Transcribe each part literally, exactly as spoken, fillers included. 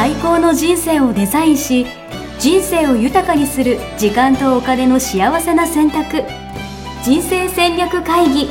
最高の人生をデザインし、人生を豊かにする時間とお金の幸せな選択、人生戦略会議。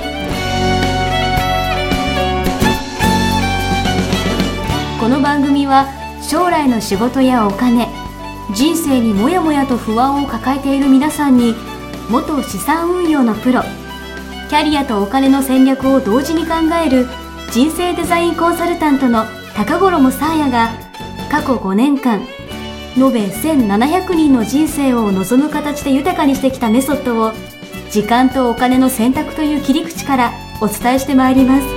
この番組は将来の仕事やお金、人生にもやもやと不安を抱えている皆さんに、元資産運用のプロ、キャリアとお金の戦略を同時に考える人生デザインコンサルタントの高頃もさあやが、過去ごねんかん延べせんななひゃくにんの人生を望む形で豊かにしてきたメソッドを、時間とお金の選択という切り口からお伝えしてまいります。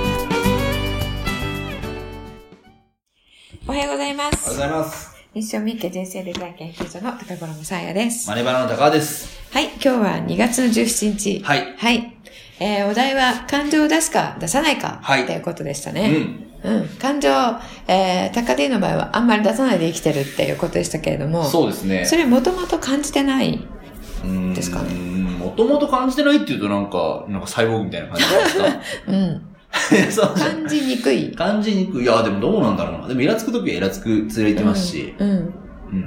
おはようございます。 おはようございます。 ミッションミッケ人生デザイン研究所の高頃もさあやです。 マネバナの高川です。 はい、今日はにがつのじゅうしちにち。 はい。 はい。えー、お題は感情を出すか出さないか、はい、ということでしたね。うん。うん。感情、えー、高 D の場合はあんまり出さないで生きてるっていうことでしたけれども。 そうですね。 それもともと感じてないですかね。 うん。もともと感じてないっていうとなんか、なんかサイボーグみたいな感じですかうん。そう感じにくい。 感じにくい。いや、でもどうなんだろうな。でもイラつくときはイラつく連れてますし。 うん。うん。うん、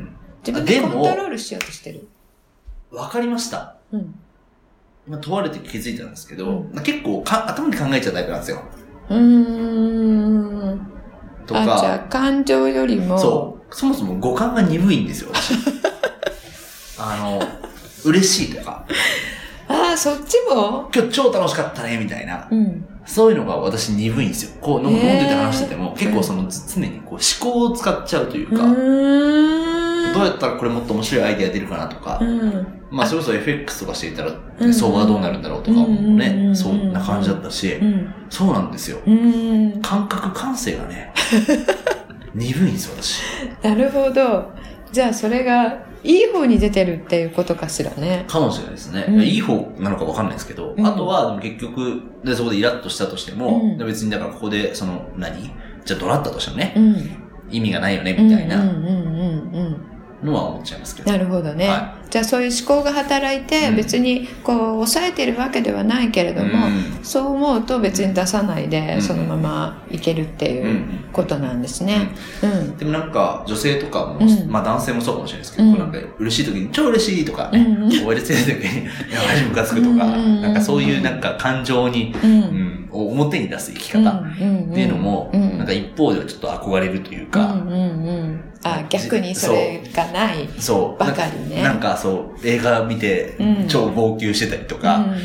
自分でコントロールしようとしてる。 わかりました。うん。今問われて気づいたんですけど、うん、結構か頭で考えちゃうタイプなんですよ。 うーん。とか。あ、じゃあ感情よりも。 そう。そもそも五感が鈍いんですよ、私。あの、嬉しいとか。 ああ、そっちも今日超楽しかったね、みたいな。うん。そういうのが私鈍いんですよ。こう、飲んでて話してても、結構その常にこう思考を使っちゃうというか、うーんどうやったらこれもっと面白いアイデア出るかなとか、うん、まあそれこそ エフエックス とかしていたら、相場はどうなるんだろうとかもね、そんな感じだったし、うん、そうなんですよ。うん感覚、感性がね、鈍いんですよ、私。なるほど。じゃあそれが、いい方に出てるっていうことかしらね。 かもしれないですね。うん、いい方なのかわかんないですけど、うん、あとはでも結局でそこでイラッとしたとしても、うん、別にだからここでその何じゃあ怒鳴ったとしてもね、うん、意味がないよねみたいなのは思っちゃいますけど。 なるほどね。はい、じゃあそういう思考が働いて、別にこう抑えてるわけではないけれども、うん、そう思うと別に出さないでそのままいけるっていうことなんですね。 うんうん、でもなんか女性とかも、うん、まあ男性もそうかもしれないですけど、うん、なんか嬉しい時に超嬉しいとかね、終わりついた時にいやマジムカつくとか、うん、なんかそういうなんか感情に、うんうん、表に出す生き方っていうのも、うん、なんか一方ではちょっと憧れるというか、うんうんうんあ、逆にそれがないばかりね。 なんかそう、映画見て超号泣してたりとか、うんうん、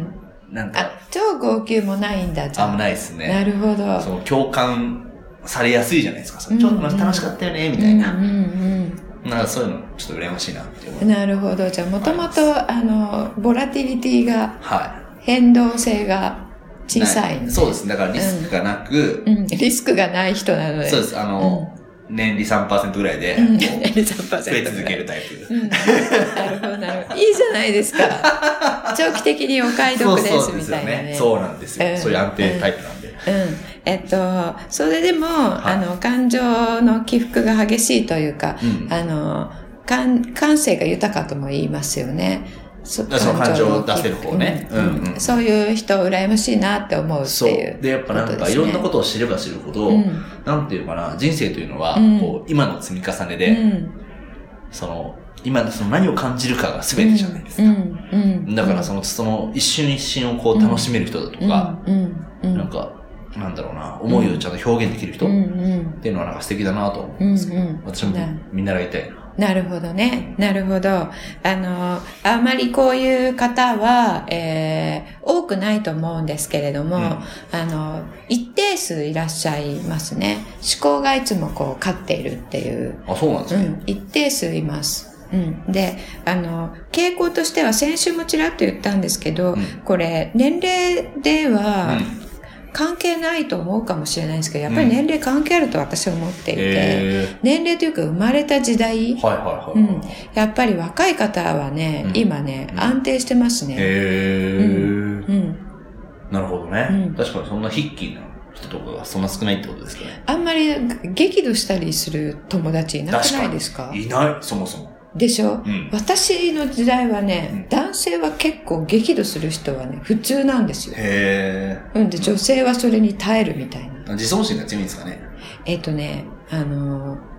なんか。あ、超号泣もないんだ、じゃあ。 あ、ないですね。 なるほど。 そう、共感されやすいじゃないですか。ちょっと楽しかったよね、みたいな。うんうんうん、なんかそういうのちょっと羨ましいなって思う。 なるほど。じゃあもともと、あの、ボラティリティが、はい。変動性が小さい、ね。 そうですね。だからリスクがなく、 うんうん、リスクがない人なので。 そうです。あの、うん年利 さんパーセント ぐらいで、うん、年利 さんパーセント 増え続けるタイプ、うん。なるほど、なるほど。いいじゃないですか。長期的にお買い得ですみたいなね。 そうなんですよ。うん、そういう安定タイプなんで。うん。 えっと、それでも、はい、あの、感情の起伏が激しいというか、うん、あの、感、感性が豊かとも言いますよね。 その感情を出せる方ね、 うんうんうん。そういう人羨ましいなって思うっていう、ね。そう。 で、やっぱなんかいろんなことを知れば知るほど、うん、なんていうかな、人生というのは、うん、こう今の積み重ねで、うん、その、今のその何を感じるかが全てじゃないですか。うんうんうん、だからその、その一瞬一瞬をこう楽しめる人だとか、うんうん、なんか、なんだろうな、思いをちゃんと表現できる人っていうのはなんか素敵だなと思うんですけど、うんうん、私も見習いたいな。 なるほどね。なるほど。あの、あまりこういう方は、えー、多くないと思うんですけれども、うん、あの、一定数いらっしゃいますね。思考がいつもこう、勝っているっていう。 あ、そうなんですね。 うん、一定数います。うん。で、あの、傾向としては先週もちらっと言ったんですけど、うん、これ、年齢では、うん関係ないと思うかもしれないんですけど、やっぱり年齢関係あると私は思っていて、うん、年齢というか生まれた時代、はいはいはいうん、やっぱり若い方はね、うん、今ね、うん、安定してますね。 へー、うんうん、なるほどね、うん。確かにそんな筆記な人とかがそんな少ないってことですかね。 あんまり激怒したりする友達いなくないですか？ いない、そもそも。 でしょ、うん、私の時代はね、うん、男性は結構激怒する人はね、普通なんですよ。 へー。 うんで、女性はそれに耐えるみたいな。 自尊心が強いんですかね。 えっとね、あの、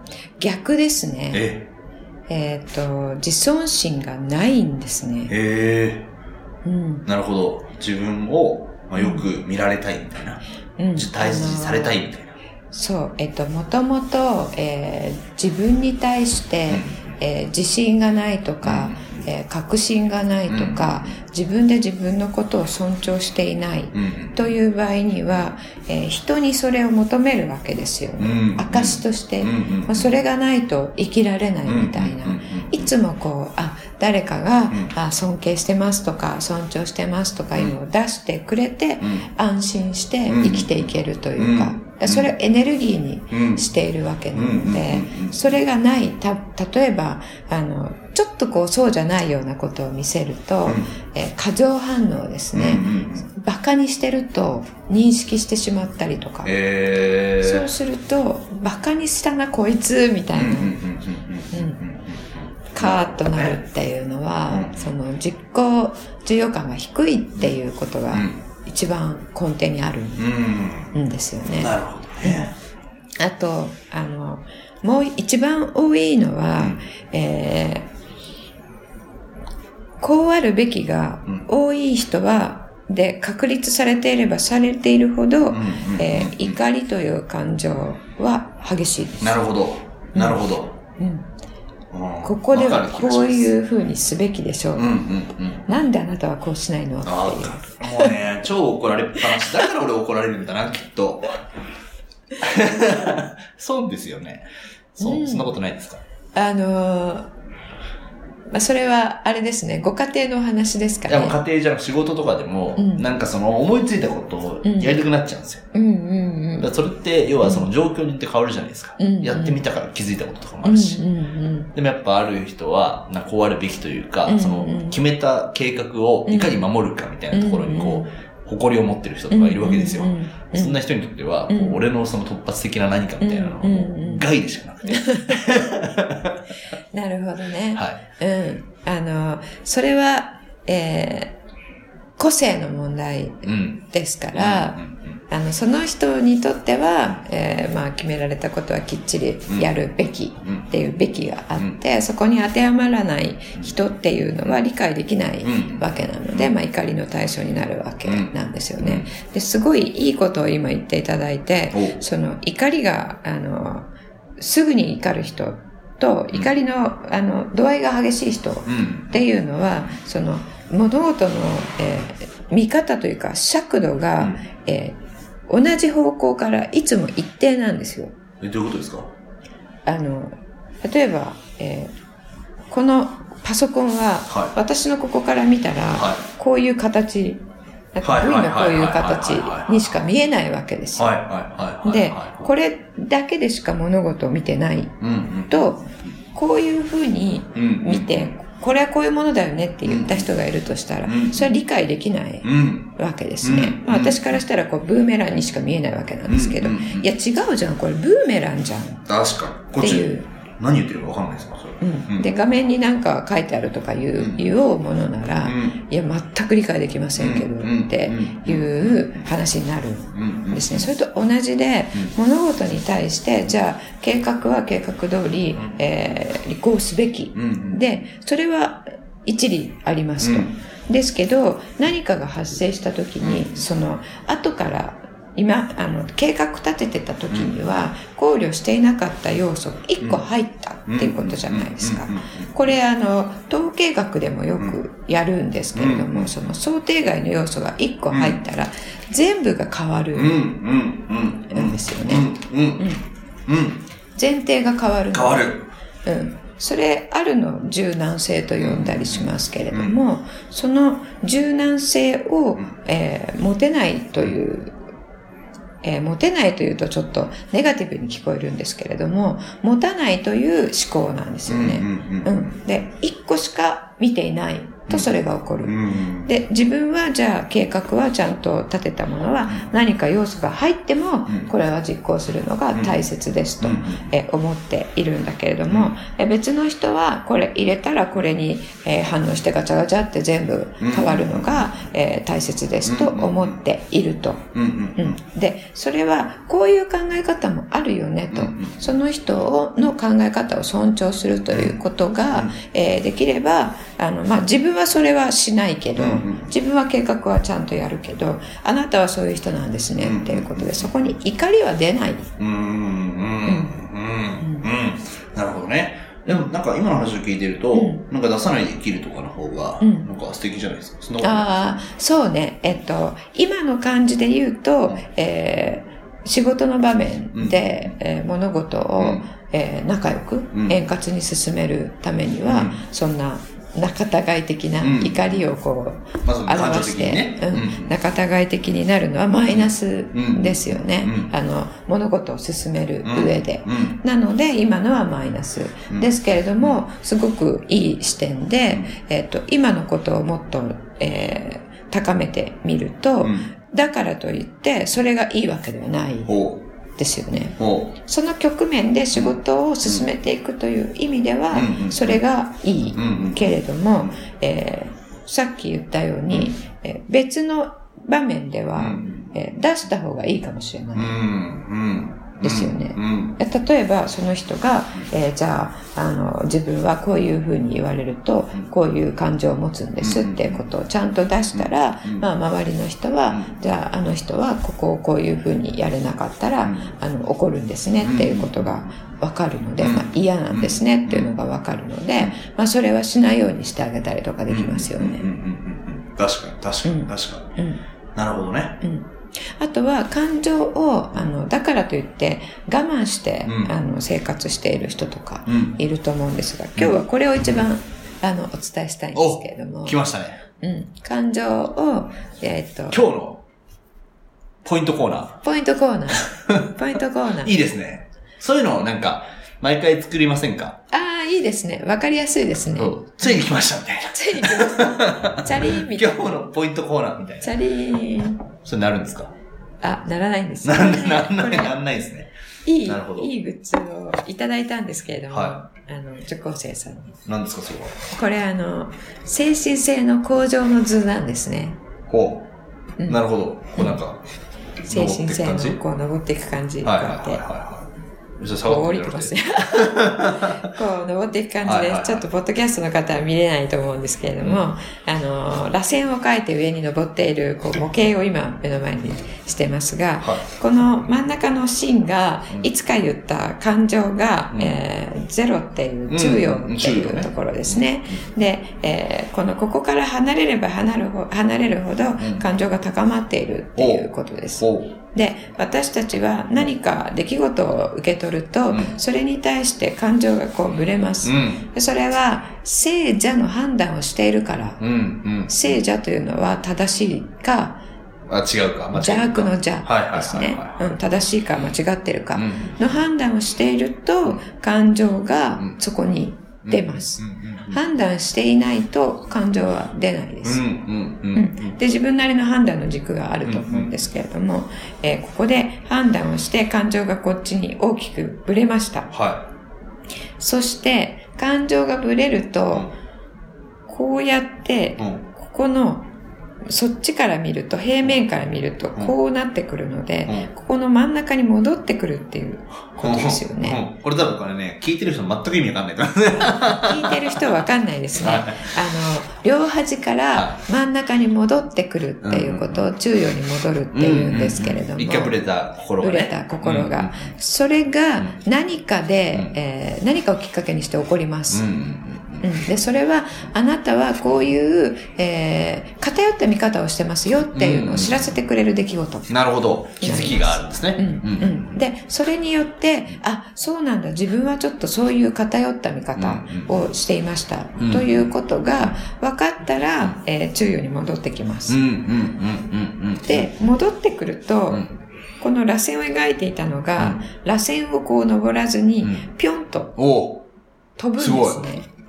逆ですね。 ええっと、自尊心がないんですね。 えー。うん。 なるほど。自分を、まあ、よく見られたいみたいな。うん。大事にされたいみたいな。 そう。えっと、もともと、えー、自分に対して、うんえー、自信がないとか、うんえー、確信がないとか、うん、自分で自分のことを尊重していない、うん、という場合には、えー、人にそれを求めるわけですよね。うん、証として、うんまあ、それがないと生きられないみたいな。うん、いつもこう、あ、誰かが、うん、あ尊敬してますとか、尊重してますとかいうのを出してくれて、うん、安心して生きていけるというか、うんそれをエネルギーにしているわけなので、それがない、た、例えば、あの、ちょっとこう、そうじゃないようなことを見せると、え過剰反応ですね。バカにしてると認識してしまったりとか。 えー、 そうすると、バカにしたな、こいつ、みたいな。カーッとなるっていうのは、その実行重要感が低いっていうことが、一番根底にあるんですよね。 うん、なるほどね。 あと、あの、もう一番多いのは、うんえー、こうあるべきが多い人は、で、確立されていればされているほど、えー、怒りという感情は激しいです。 なるほど。なるほど。 うんうんここではこういう風にすべきでしょう。うんうんうん、なんであなたはこうしないのっていう。 あもうね、超怒られっぱなし。だから俺怒られるんだな、きっと。そうですよね。そう、うん、そんなことないですか？ あのー、まあ、それは、あれですね、ご家庭のお話ですかね。 いや、家庭じゃなく仕事とかでも、うん、なんかその思いついたことをやりたくなっちゃうんですよ。うんうんうん、だそれって、要はその状況によって変わるじゃないですか。うんうん、やってみたから気づいたこととかもあるし。うんうんうん、でもやっぱある人は、なこうあるべきというか、うんうん、その決めた計画をいかに守るかみたいなところにこう、誇りを持ってる人とかいるわけですよ。うんうんうん、そんな人にとっては、うん、俺のその突発的な何かみたいなのはもう害でしかなくて。 なるほどね。 はい。 うん。あの、それは、えー、個性の問題ですから、うんうんうんうん、あの、その人にとっては、えー、まあ、決められたことはきっちりやるべきっていうべきがあって、うん、そこに当てはまらない人っていうのは理解できないわけなので、うん、まあ、怒りの対象になるわけなんですよね。で、すごいいいことを今言っていただいて、その怒りが、あの、すぐに怒る人と怒りの、あの度合いが激しい人っていうのは、その物事の、えー、見方というか尺度が、うんえー、同じ方向からいつも一定なんですよ。 え、どういうことですか？ あの例えば、えー、このパソコンは、はい、私のここから見たら、はい、こういう形なんか V のこういう形にしか見えないわけですよ。で、これだけでしか物事を見てないと、こういうふうに見て、これはこういうものだよねって言った人がいるとしたら、それは理解できないわけですね。まあ、私からしたらこうブーメランにしか見えないわけなんですけど、いや違うじゃん、これブーメランじゃん。 確かに。っていう。何言ってるか分かんないですか、それ。 うん、で、画面になんか書いてあるとかいう、うん、言おうものなら、うん、いや、全く理解できませんけど、うん、っていう話になるんですね。それと同じで、物事に対して、じゃあ、計画は計画通り、えー、履行すべき。で、それは一理ありますと。ですけど、何かが発生した時に、その、後から、今、あの、計画立ててた時には、考慮していなかった要素がいっこ入ったっていうことじゃないですか。これ、あの、統計学でもよくやるんですけれども、その想定外の要素がいっこ入ったら、全部が変わるんですよね。前提が変わる。 変わる。 うん。それ、あるの柔軟性と呼んだりしますけれども、その柔軟性を、えー、持てないという、えー、持てないというとちょっとネガティブに聞こえるんですけれども、持たないという思考なんですよね。うんうんうんうん、で、一個しか見ていないとそれが起こる、 うん、 で自分はじゃあ計画はちゃんと立てたものは何か要素が入ってもこれは実行するのが大切ですとえ思っているんだけれども、え別の人はこれ入れたらこれにえ反応してガチャガチャって全部変わるのがえ大切ですと思っていると、うん、でそれはこういう考え方もあるよねと、その人の考え方を尊重するということがえできればあの、まあ、自分はそれはしないけど、うんうん、自分は計画はちゃんとやるけど、あなたはそういう人なんですね、うん、っていうことで、そこに怒りは出ない。 うん、うん、うん、うん。なるほどね。でもなんか今の話を聞いてると、うん、なんか出さないで生きるとかの方が、なんか素敵じゃないですか。そんなことないですか？ ああ、そうね。えっと、今の感じで言うと、うん、えー、仕事の場面で、うんえー、物事を、うんえー、仲良く、円滑に進めるためには、うん、そんな、仲違い的な怒りをこう、うん、まず表して、ねうん、仲違い的になるのはマイナスですよね、うん、あの物事を進める上で、うん、なので今のはマイナス、うん、ですけれどもすごくいい視点で、うんえー、と今のことをもっと、えー、高めてみると、うん、だからといってそれがいいわけではないですよね。その局面で仕事を進めていくという意味では、うん、それがいい、うん、けれども、えー、さっき言ったように、えー、別の場面では、うんえー、出した方がいいかもしれない。うんうんですよね、うん、例えばその人が、えー、じゃあ、あの自分はこういうふうに言われるとこういう感情を持つんですっていうことをちゃんと出したら、うんまあ、周りの人は、うん、じゃああの人はここをこういうふうにやれなかったら、うん、あの怒るんですねっていうことがわかるので、まあ、嫌なんですねっていうのがわかるので、まあ、それはしないようにしてあげたりとかできますよね。 確かに確かに確かに、うん、なるほどね、 うんあとは感情をあのだからといって我慢して、うん、あの生活している人とかいると思うんですが、うん、今日はこれを一番あのお伝えしたいんですけれども、 来ましたね、 うん、感情を、えー、っと今日のポイントコーナーポイントコーナーポイントコーナーいいですね。そういうのをなんか毎回作りませんか？ ああ、いいですね。わかりやすいですね。 ついに来ましたみたいな。 ついに来ました。チャリーンみたいな。 今日のポイントコーナーみたいな。 チャリーン。 それなるんですか？ あ、ならないんですよ。なんで、なんない、なんないですね。 いい、いいグッズをいただいたんですけれども、はい、あの、受講生さんに。 何ですか、それは。 これあの、精神性の向上の図なんですね。 ほう。うん、なるほど。こうなんか、 うん、精神性のこう登っていく感じ。 はいはいはいはい。 こう降りてますね。こう登っていく感じで、はいはいはい、ちょっとポッドキャストの方は見れないと思うんですけれども、うん、あの、螺旋を描いて上に登っているこう模型を今目の前にしてますが、はい、この真ん中の芯が、いつか言った感情が、うんえー、ゼロっていう中庸っていうところですね。うん、で、えー、このここから離れれば離るほ離れるほど感情が高まっているっていうことです。うんで、私たちは何か出来事を受け取ると、うん、それに対して感情がこうぶれます、うん、で。それは、聖者の判断をしているから、うんうん、聖者というのは正しいか、 あ違うか間違うか邪悪の邪ですね。正しいか間違ってるかの判断をしていると、感情がそこに出ます、うんうんうんうん。判断していないと感情は出ないです、うんうんうんうん。で、自分なりの判断の軸があると思うんですけれども、うんうんえー、ここで判断をして感情がこっちに大きくぶれました。はい、そして感情がぶれると、うん、こうやって、うん、ここのそっちから見ると、平面から見るとこうなってくるので、うんうん、ここの真ん中に戻ってくるっていうことですよね。 うんうん、これ多分これね、聞いてる人全く意味わかんないから聞いてる人はわかんないですね。あの、両端から真ん中に戻ってくるっていうことを中庸に戻るっていうんですけれども。 一回ぶれた心が、ね。 ぶれた心が。うんうん、それが何かで、うんえー、何かをきっかけにして起こります。うんうんうん、でそれはあなたはこういう、えー、偏った見方をしてますよっていうのを知らせてくれる出来事、うん、 なるほど気づきがあるんですね、 うんうんうん、でそれによってあそうなんだ自分はちょっとそういう偏った見方をしていました、うんうん、ということが分かったら、えー、中庸に戻ってきます、うんうんうんうん、で戻ってくると、うんこの螺旋を描いていたのが、うん、螺旋をこう登らずに、ぴょんと飛ぶんですね。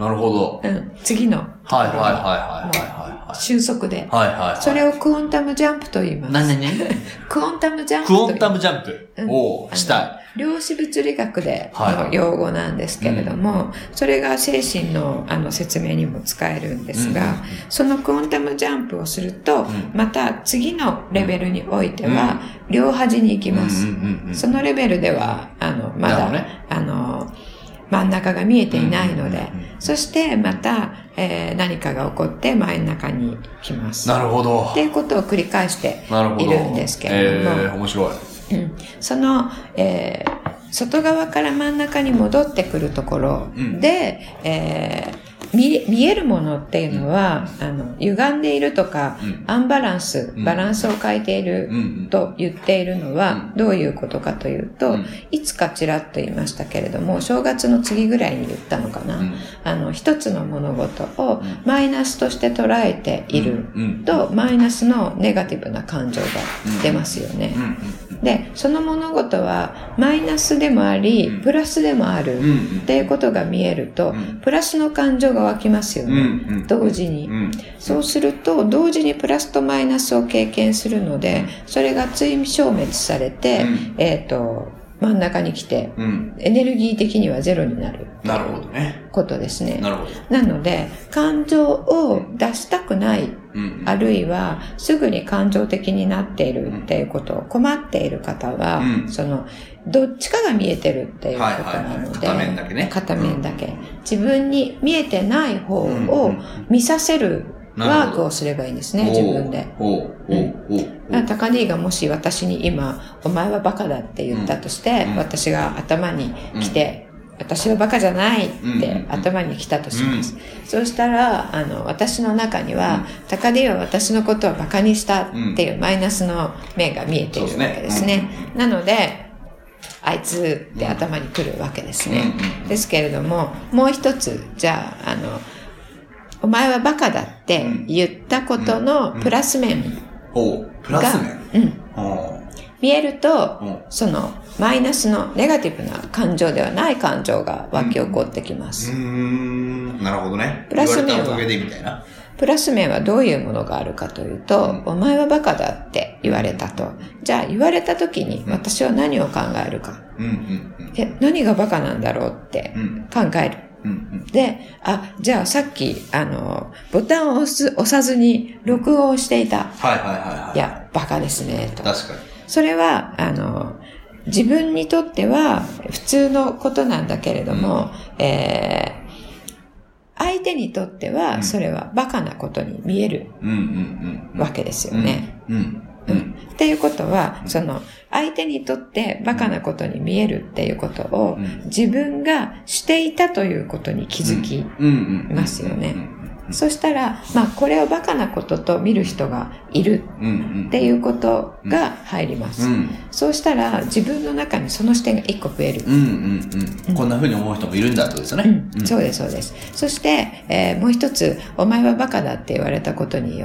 なるほど。 うん。次の。 はいはいはいはいはいはい。 収束で。 はいはいはい。 それをクォンタムジャンプと言います。 何何何クォンタムジャンプクォンタムジャンプ。 うん、 おー、したい。 量子物理学での用語なんですけれども、はいはい、それが精神のあの説明にも使えるんですが、うん、そのクォンタムジャンプをすると、うん、また次のレベルにおいては、うん、両端に行きます、うんうんうんうん。そのレベルでは、あの、まだ、ね、あの、真ん中が見えていないので、うんうんうん、そしてまた、えー、何かが起こって真ん中に来ます。 なるほど。 っていうことを繰り返しているんですけれども。 えー、面白い。 うん、その、えー、外側から真ん中に戻ってくるところで、うんえー見、見えるものっていうのは、うん、あの、歪んでいるとか、うん、アンバランス、バランスを変えていると言っているのは、どういうことかというと、うん、いつかちらっと言いましたけれども、正月の次ぐらいに言ったのかな。うん、あの、一つの物事をマイナスとして捉えていると、マイナスのネガティブな感情が出ますよね。で、その物事はマイナスでもあり、プラスでもあるっていうことが見えると、プラスの感情が湧きますよね、うんうん、同時に、うん、そうすると同時にプラスとマイナスを経験するので、それが追消滅されて、うん、えっと真ん中に来て、うん、エネルギー的にはゼロになる。 なるほどね。 ことですね。 なるほど。 なので、感情を出したくない、うん、あるいはすぐに感情的になっているっていうことを困っている方は、うん、その、どっちかが見えてるっていうことなので、 はいはいはい、片面だけね。 片面だけ、うん。自分に見えてない方を見させるワークをすればいいんですね、自分で。高兄がもし私に今、お前はバカだって言ったとして、うん、私が頭に来て、うん、私はバカじゃないって頭に来たとします。うん、そうしたら、あの、私の中には、うん、高兄は私のことをバカにしたっていうマイナスの面が見えているわけですね。うん、なので、あいつって頭に来るわけですね。うん、ですけれども、もう一つ、じゃあ、あの、お前はバカだって言ったことのプラス面が、 うんうん、プラス面、うん、 見えると、そのマイナスのネガティブな感情ではない感情が湧き起こってきます。 うーん、なるほどね。 プラス面は、 みたいな。 プラス面はどういうものがあるかというと、うん、お前はバカだって言われたと。じゃあ言われた時に私は何を考えるか。うんうんうん、え、何がバカなんだろうって考える。うんうん、で、あ、じゃあさっき、あの、ボタンを押す、押さずに録音をしていた。 はいはいはいはい。 いや、バカですね、と。 確かに。 それは、あの、自分にとっては普通のことなんだけれども、うん、えー、相手にとってはそれはバカなことに見えるわけですよね。うんうんうん、っていうことは、その、相手にとってバカなことに見えるっていうことを、自分がしていたということに気づきますよね。そしたら、まあ、これをバカなことと見る人がいるっていうことが入ります。うんうん、そうしたら、自分の中にその視点が一個増える。 うんうんうん、こんな風に思う人もいるんだってことですよね。 うんうん、そうです、そうです。そして、えー、もう一つ、お前はバカだって言われたことによって、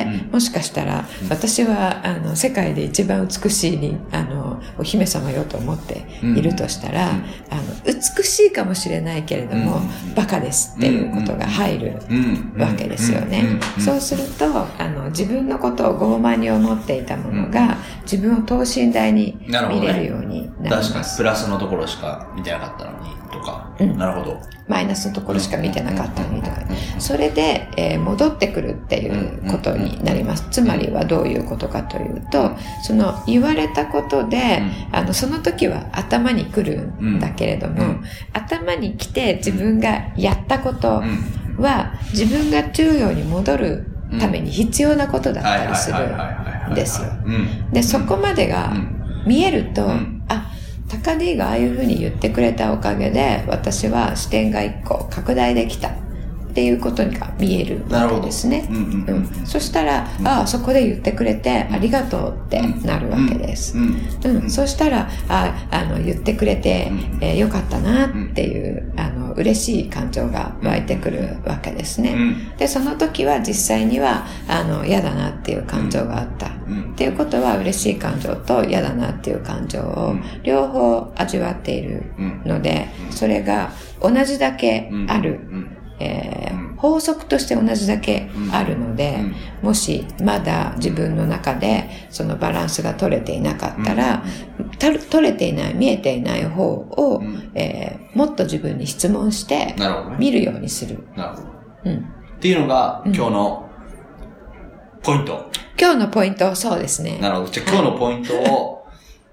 うん、もしかしたら、私は、あの、世界で一番美しいに、あの、お姫様よと思っているとしたら、うん、あの、美しいかもしれないけれども、うん、バカですっていうことが入る。うんわけですよね、うんうんうん。そうすると、あの、自分のことを傲慢に思っていたものが、うん、自分を等身大に見れるようになります。 確かに、プラスのところしか見てなかったのに、とか。うん、なるほど。 マイナスのところしか見てなかったのにとか。それで、えー、戻ってくるっていうことになります。つまりはどういうことかというと、その言われたことで、あの、その時は頭に来るんだけれども、頭に来て自分がやったこと、は自分が中央に戻るために必要なことだったりするんですよ。で、そこまでが見えると、あ、高 D がああいうふうに言ってくれたおかげで私は視点が一個拡大できたっていうことが見えるわけですね。うんうんうん、そしたら、うん、ああ、そこで言ってくれてありがとうってなるわけです。うんうんうん、そしたら、ああ、の、言ってくれて、えー、よかったなっていう、あの、嬉しい感情が湧いてくるわけですね。うん、で、その時は実際には、あの、嫌だなっていう感情があった。うん、っていうことは嬉しい感情と嫌だなっていう感情を両方味わっているので、それが同じだけある。 えー、法則として同じだけあるので、もしまだ自分の中でそのバランスが取れていなかったら、取れていない、見えていない方を、えー、もっと自分に質問して見るようにする。 なるほど。うん、っていうのが今日のポイント。うん、 今日のポイント、そうですね。 なるほど。じゃあ今日のポイントを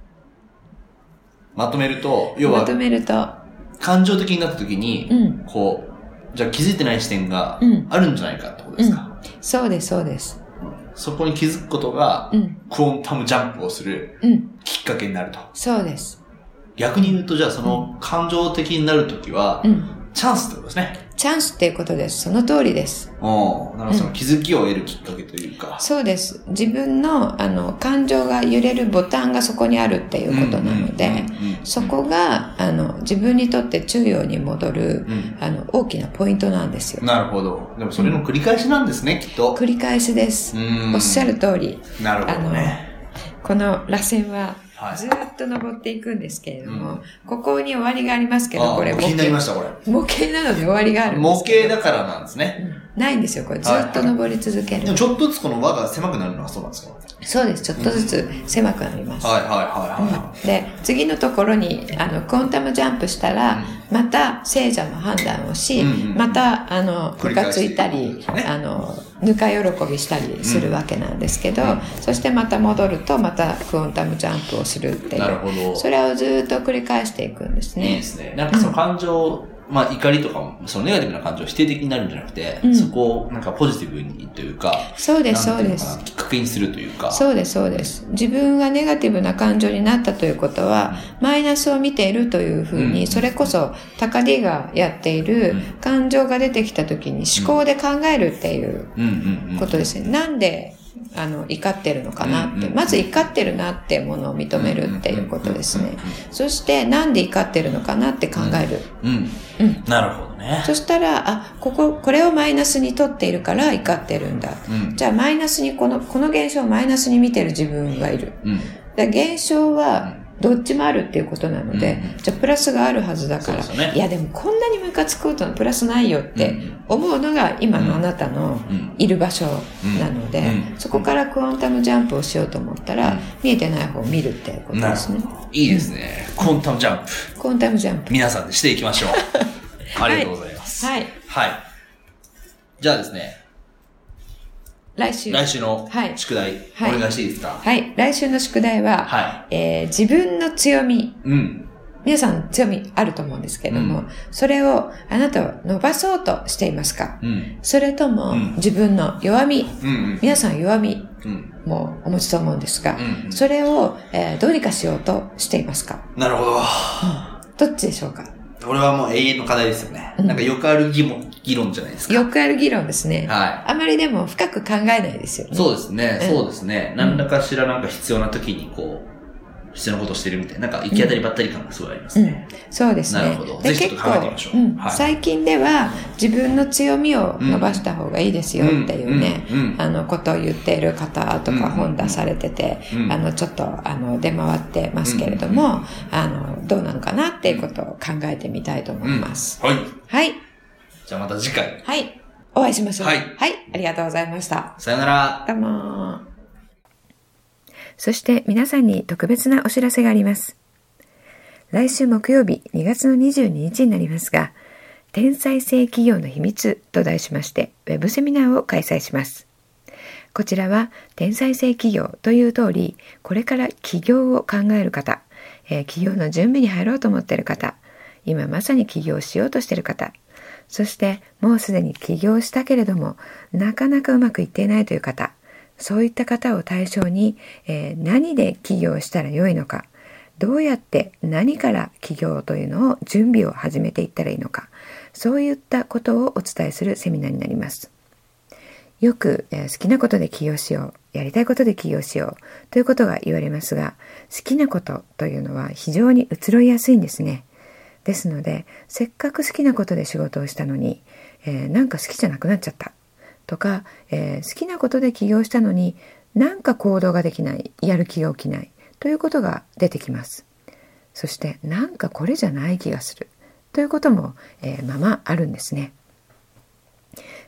まとめると、要はまとめると感情的になった時に、うん、こうじゃあ気づいてない視点があるんじゃないかってことですか？ うんうん、そうです、そうです。 そこに気づくことが、うん、クォンタムジャンプをするきっかけになると。うん、 そうです。 逆に言うと、じゃあその感情的になるときは、うん、チャンスってことですね。 チャンスっていうことです。その通りです。 おなるほど、その気づきを得るきっかけというか。 そうです。自分の、あの、感情が揺れるボタンがそこにあるっていうことなので、そこが、あの、自分にとって中央に戻る、うん、あの、大きなポイントなんですよ。 なるほど。でもそれの繰り返しなんですね、うん、きっと。 繰り返しです。おっしゃる通り。 なるほどね。 あの、この螺旋は、ずっと登っていくんですけれども、うん、ここに終わりがありますけど、これ模型。気になりました、これ。 模型なので終わりがあるんです。模型だからなんですね。 うん、ないんですよ、これ。ずっと登り続ける。はいはい、 ちょっとずつこの輪が狭くなるのはそうなんですか？ そうです。ちょっとずつ狭くなります。 うん、はいはいはいはい、 うん。で、次のところに、あの、クォンタムジャンプしたら、うん、また聖者の判断をし、うんうん、また、あの、ムカついたり、ね、あの、ぬか喜びしたりするわけなんですけど、うん、そしてまた戻ると、またクォンタムジャンプをするっていう。 なるほど。 それをずっと繰り返していくんですね。 いいですね。なんかその感情、うんまあ怒りとかも、そのネガティブな感情を否定的になるんじゃなくて、うん、そこをなんかポジティブにというか、 そうです、そうです。 きっかけにするというか。 そうです、そうです。自分がネガティブな感情になったということは、うん、マイナスを見ているというふうに、うん、それこそ、タカディがやっている、感情が出てきたときに思考で考えるっていうことですね。なんで、あの、怒ってるのかなって、うんうん、まず怒ってるなってものを認めるっていうことですね。そして、なんで怒ってるのかなって考える。 うんうん、なるほどね。 そしたら、あ、ここ、これをマイナスに取っているから怒ってるんだ。うん、じゃあ、マイナスに、この、この現象をマイナスに見てる自分がいる。うん、だ現象は、どっちもあるっていうことなので、うん、じゃあプラスがあるはずだから、ね、いやでもこんなにムカつくことのプラスないよって思うのが今のあなたのいる場所なので、うんうん、そこからクォンタムジャンプをしようと思ったら、うん、見えてない方を見るっていうことですね。 いいですね。クォンタムジャンプ。 クォンタムジャンプ。 皆さんでしていきましょう。ありがとうございます。 はい。 はい。じゃあですね。 来週。 来週の宿題、はい、お願いしていいですか？ はい。来週の宿題は、はい、えー、自分の強み。うん。皆さん強みあると思うんですけれども、うん、それをあなたは伸ばそうとしていますか？うん、それとも、うん、自分の弱み、うんうん、皆さん弱みもお持ちと思うんですが、うんうん、それを、えー、どうにかしようとしていますか？ なるほど。うん、 どっちでしょうか？ これはもう永遠の課題ですよね。うん、なんかよくある議論、議論じゃないですか。 よくある議論ですね。 はい。 あまりでも深く考えないですよね。 そうですね。うん、そうですね。何らかしらなんか必要な時にこう、必要なことをしてるみたいな、なんか行き当たりばったり感がすごいありますね。 うん、そうですね。 なるほど。ぜひちょっと考えてみましょう。 うんはい、最近では自分の強みを伸ばした方がいいですよっていうね、うんうんうん、あのことを言っている方とか本出されてて、うんうん、あのちょっとあの出回ってますけれども、うんうん、あのどうなのかなっていうことを考えてみたいと思います。 うん、はい。 はい。 じゃあまた次回。 はい。お会いしましょう。 はい。 はい。ありがとうございました。 さよなら。 どうも。そして皆さんに特別なお知らせがあります。来週木曜日にがつのにじゅうににちになりますが、天才性企業の秘密と題しましてウェブセミナーを開催します。こちらは天才性企業という通り、これから起業を考える方、えー、起業の準備に入ろうと思っている方、今まさに起業しようとしている方、そしてもうすでに起業したけれどもなかなかうまくいっていないという方、そういった方を対象に、えー、何で起業したらよいのか、どうやって何から起業というのを準備を始めていったらいいのか、そういったことをお伝えするセミナーになります。よく、えー、好きなことで起業しよう、やりたいことで起業しようということが言われますが、好きなことというのは非常に移ろいやすいんですね。ですので、せっかく好きなことで仕事をしたのに、えー、なんか好きじゃなくなっちゃったとか、えー、好きなことで起業したのになんか行動ができない、やる気が起きないということが出てきます。そしてなんかこれじゃない気がするということも、えー、ままあるんですね。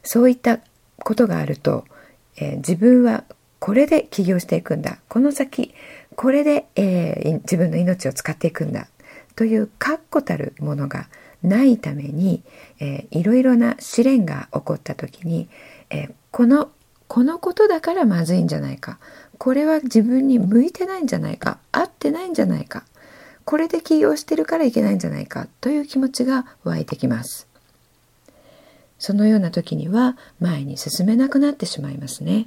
そういったことがあると、えー、自分はこれで起業していくんだ、この先これで、えー、自分の命を使っていくんだという確固たるものがないために、えー、いろいろな試練が起こった時に、えー、このこのことだからまずいんじゃないか、これは自分に向いてないんじゃないか、合ってないんじゃないか、これで起業してるからいけないんじゃないかという気持ちが湧いてきます。そのような時には前に進めなくなってしまいますね。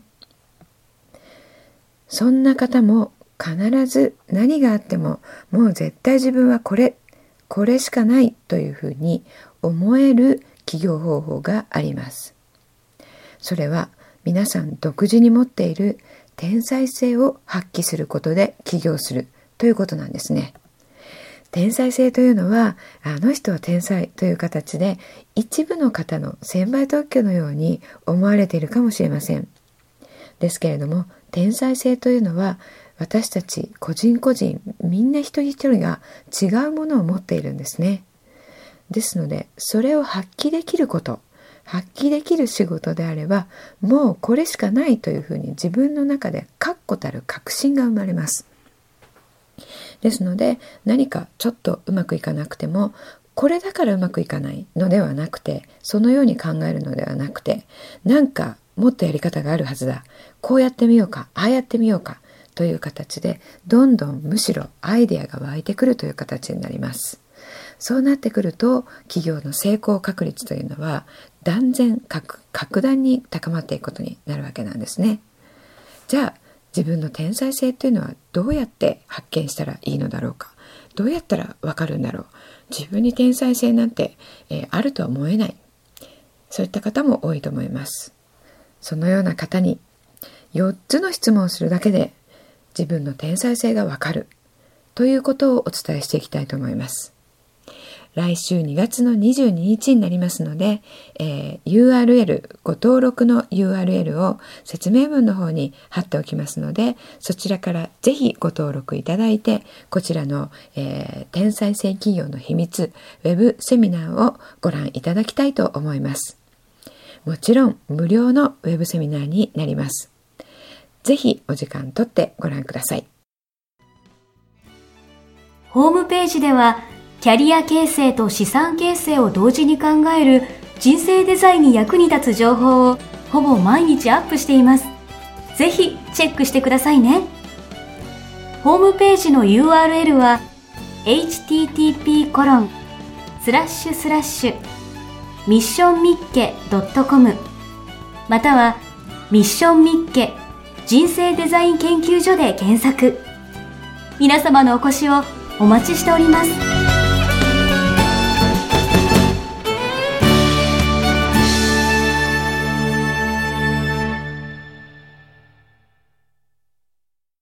そんな方も必ず何があってももう絶対自分はこれこれしかないというふうに思える起業方法があります。それは皆さん独自に持っている天才性を発揮することで起業するということなんですね。天才性というのは、あの人は天才という形で一部の方の専売特許のように思われているかもしれません。ですけれども、天才性というのは私たち個人個人みんな一人一人が違うものを持っているんですね。ですので、それを発揮できること、発揮できる仕事であれば、もうこれしかないというふうに自分の中で確固たる確信が生まれます。ですので、何かちょっとうまくいかなくても、これだからうまくいかないのではなくて、そのように考えるのではなくて、なんかもっとやり方があるはずだ、こうやってみようか、ああやってみようかという形で、どんどんむしろアイデアが湧いてくるという形になります。そうなってくると、企業の成功確率というのは断然格格段に高まっていくことになるわけなんですね。じゃあ自分の天才性というのはどうやって発見したらいいのだろうか、どうやったらわかるんだろう、自分に天才性なんて、えー、あるとは思えない、そういった方も多いと思います。そのような方によっつの質問をするだけで自分の天才性がわかるということをお伝えしていきたいと思います。来週にがつのにじゅうににちになりますので、えー、ユーアールエル ご登録の ユーアールエル を説明文の方に貼っておきますので、そちらからぜひご登録いただいて、こちらの、えー、天才性企業の秘密ウェブセミナーをご覧いただきたいと思います。もちろん無料のウェブセミナーになります。ぜひお時間とってご覧ください。 ホームページではキャリア形成と資産形成を同時に考える人生デザインに役に立つ情報をほぼ毎日アップしています。ぜひチェックしてくださいね。ホームページの ユーアールエル は エイチティーティーピーコロンスラッシュスラッシュミッションミッケドットコム またはミッションミッケ人生デザイン研究所で検索。皆様のお越しをお待ちしております。